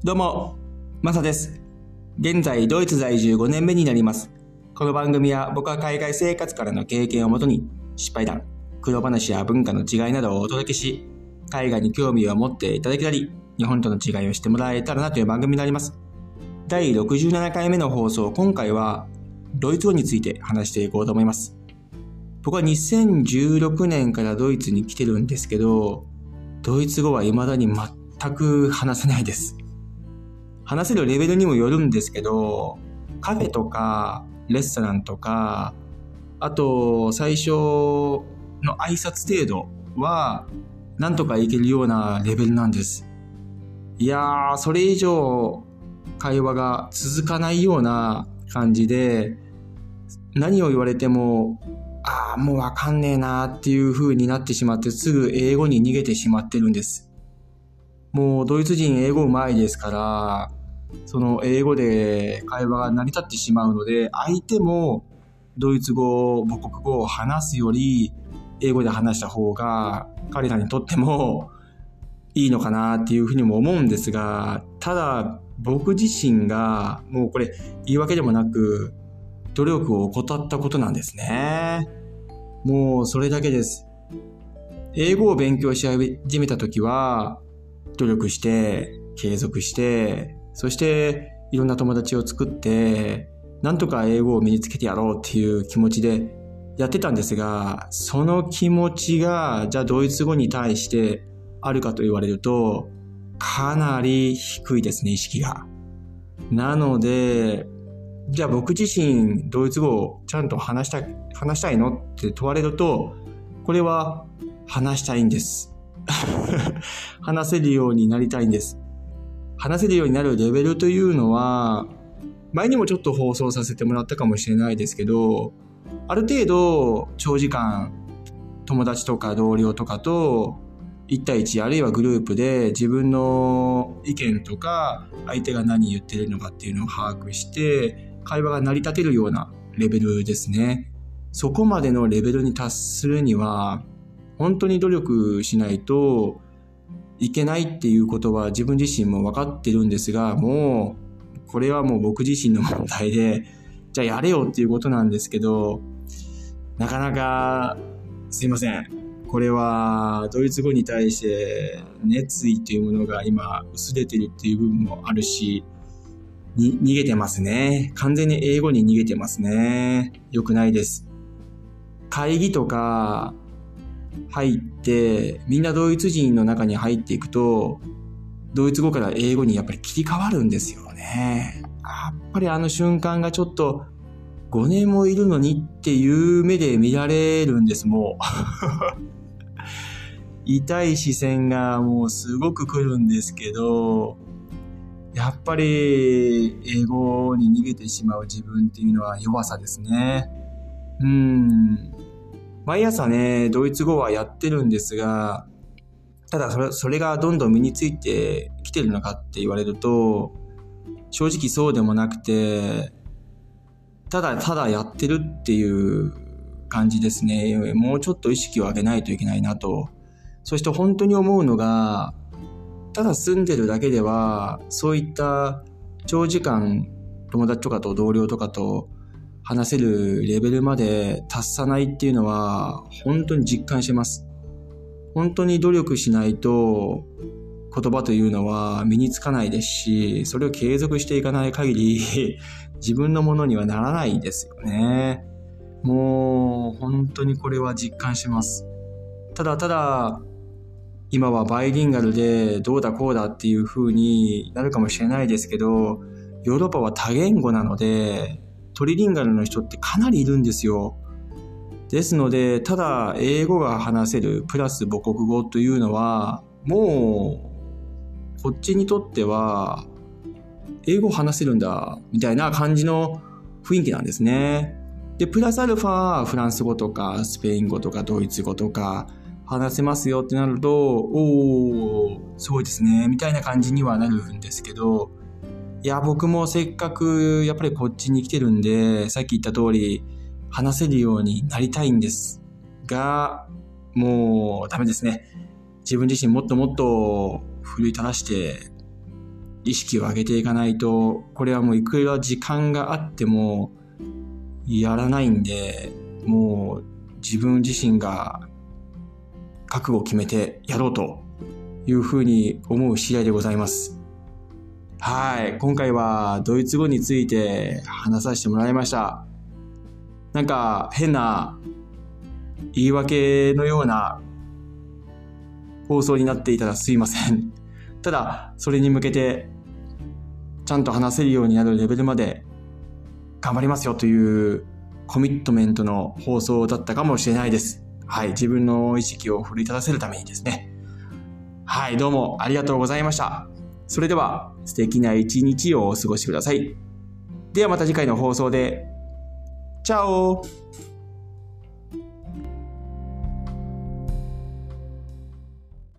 どうも、マサです。現在、ドイツ在住5年目になります。この番組は僕は海外生活からの経験をもとに、失敗談、苦労話や文化の違いなどをお届けし、海外に興味を持っていただけたり、日本との違いをしてもらえたらなという番組になります。第67回目の放送、今回はドイツ語について話していこうと思います。僕は2016年からドイツに来てるんですけど、ドイツ語は未だに全く話せないです。話せるレベルにもよるんですけど、カフェとかレストランとか、あと最初の挨拶程度はなんとかいけるようなレベルなんです。いやー、それ以上会話が続かないような感じで、何を言われてももうわかんねえなっていう風になってしまって、すぐ英語に逃げてしまってるんです。もうドイツ人英語上手いですから、その英語で会話が成り立ってしまうので、相手もドイツ語、母国語を話すより英語で話した方が彼らにとってもいいのかなっていうふうにも思うんですが、ただ僕自身がもうこれ言い訳でもなく努力を怠ったことなんですね。もうそれだけです。英語を勉強し始めた時は努力して継続して、そしていろんな友達を作ってなんとか英語を身につけてやろうっていう気持ちでやってたんですが、その気持ちがじゃあドイツ語に対してあるかと言われるとかなり低いですね、意識が。なのでじゃあ僕自身ドイツ語をちゃんと話したいのって問われると、これは話したいんです話せるようになりたいんです。話せるようになるレベルというのは前にもちょっと放送させてもらったかもしれないですけど、ある程度長時間友達とか同僚とかと1対1あるいはグループで自分の意見とか相手が何言ってるのかっていうのを把握して会話が成り立てるようなレベルですね。そこまでのレベルに達するには本当に努力しないといけないっていうことは自分自身も分かってるんですが、もうこれはもう僕自身の問題で、じゃあやれよっていうことなんですけど、なかなかすいません。これはドイツ語に対して熱意というものが今薄れてるっていう部分もあるし、逃げてますね。完全に英語に逃げてますね。良くないです。会議とか入ってみんなドイツ人の中に入っていくとドイツ語から英語にやっぱり切り替わるんですよね。やっぱりあの瞬間がちょっと5年もいるのにっていう目で見られるんです。もう痛い視線がもうすごく来るんですけど、やっぱり英語に逃げてしまう自分っていうのは弱さですね。毎朝ね、ドイツ語はやってるんですが、ただそれがどんどん身についてきてるのかって言われると、正直そうでもなくて、ただやってるっていう感じですね。もうちょっと意識を上げないといけないなと。そして本当に思うのが、ただ住んでるだけでは、そういった長時間友達とかと同僚とかと話せるレベルまで達さないっていうのは本当に実感してます。本当に努力しないと言葉というのは身につかないですし、それを継続していかない限り自分のものにはならないですよね。もう本当にこれは実感します。ただ今はバイリンガルでどうだこうだっていう風になるかもしれないですけど、ヨーロッパは多言語なのでトリリンガルの人ってかなりいるんですよ。ですので、ただ英語が話せるプラス母国語というのは、もうこっちにとっては英語を話せるんだみたいな感じの雰囲気なんですね。で、プラスアルファフランス語とかスペイン語とかドイツ語とか話せますよってなると、すごいですねみたいな感じにはなるんですけど、いや僕もせっかくやっぱりこっちに来てるんで、さっき言った通り話せるようになりたいんですが、もうダメですね。自分自身もっともっと奮い立たして意識を上げていかないと、これはもういくら時間があってもやらないんで、もう自分自身が覚悟を決めてやろうというふうに思う次第でございます。はい。今回はドイツ語について話させてもらいました。なんか変な言い訳のような放送になっていたらすいません。ただ、それに向けてちゃんと話せるようになるレベルまで頑張りますよというコミットメントの放送だったかもしれないです。はい。自分の意識を奮い立たせるためにですね。はい。どうもありがとうございました。それでは素敵な一日をお過ごしください。ではまた次回の放送で。チャオ。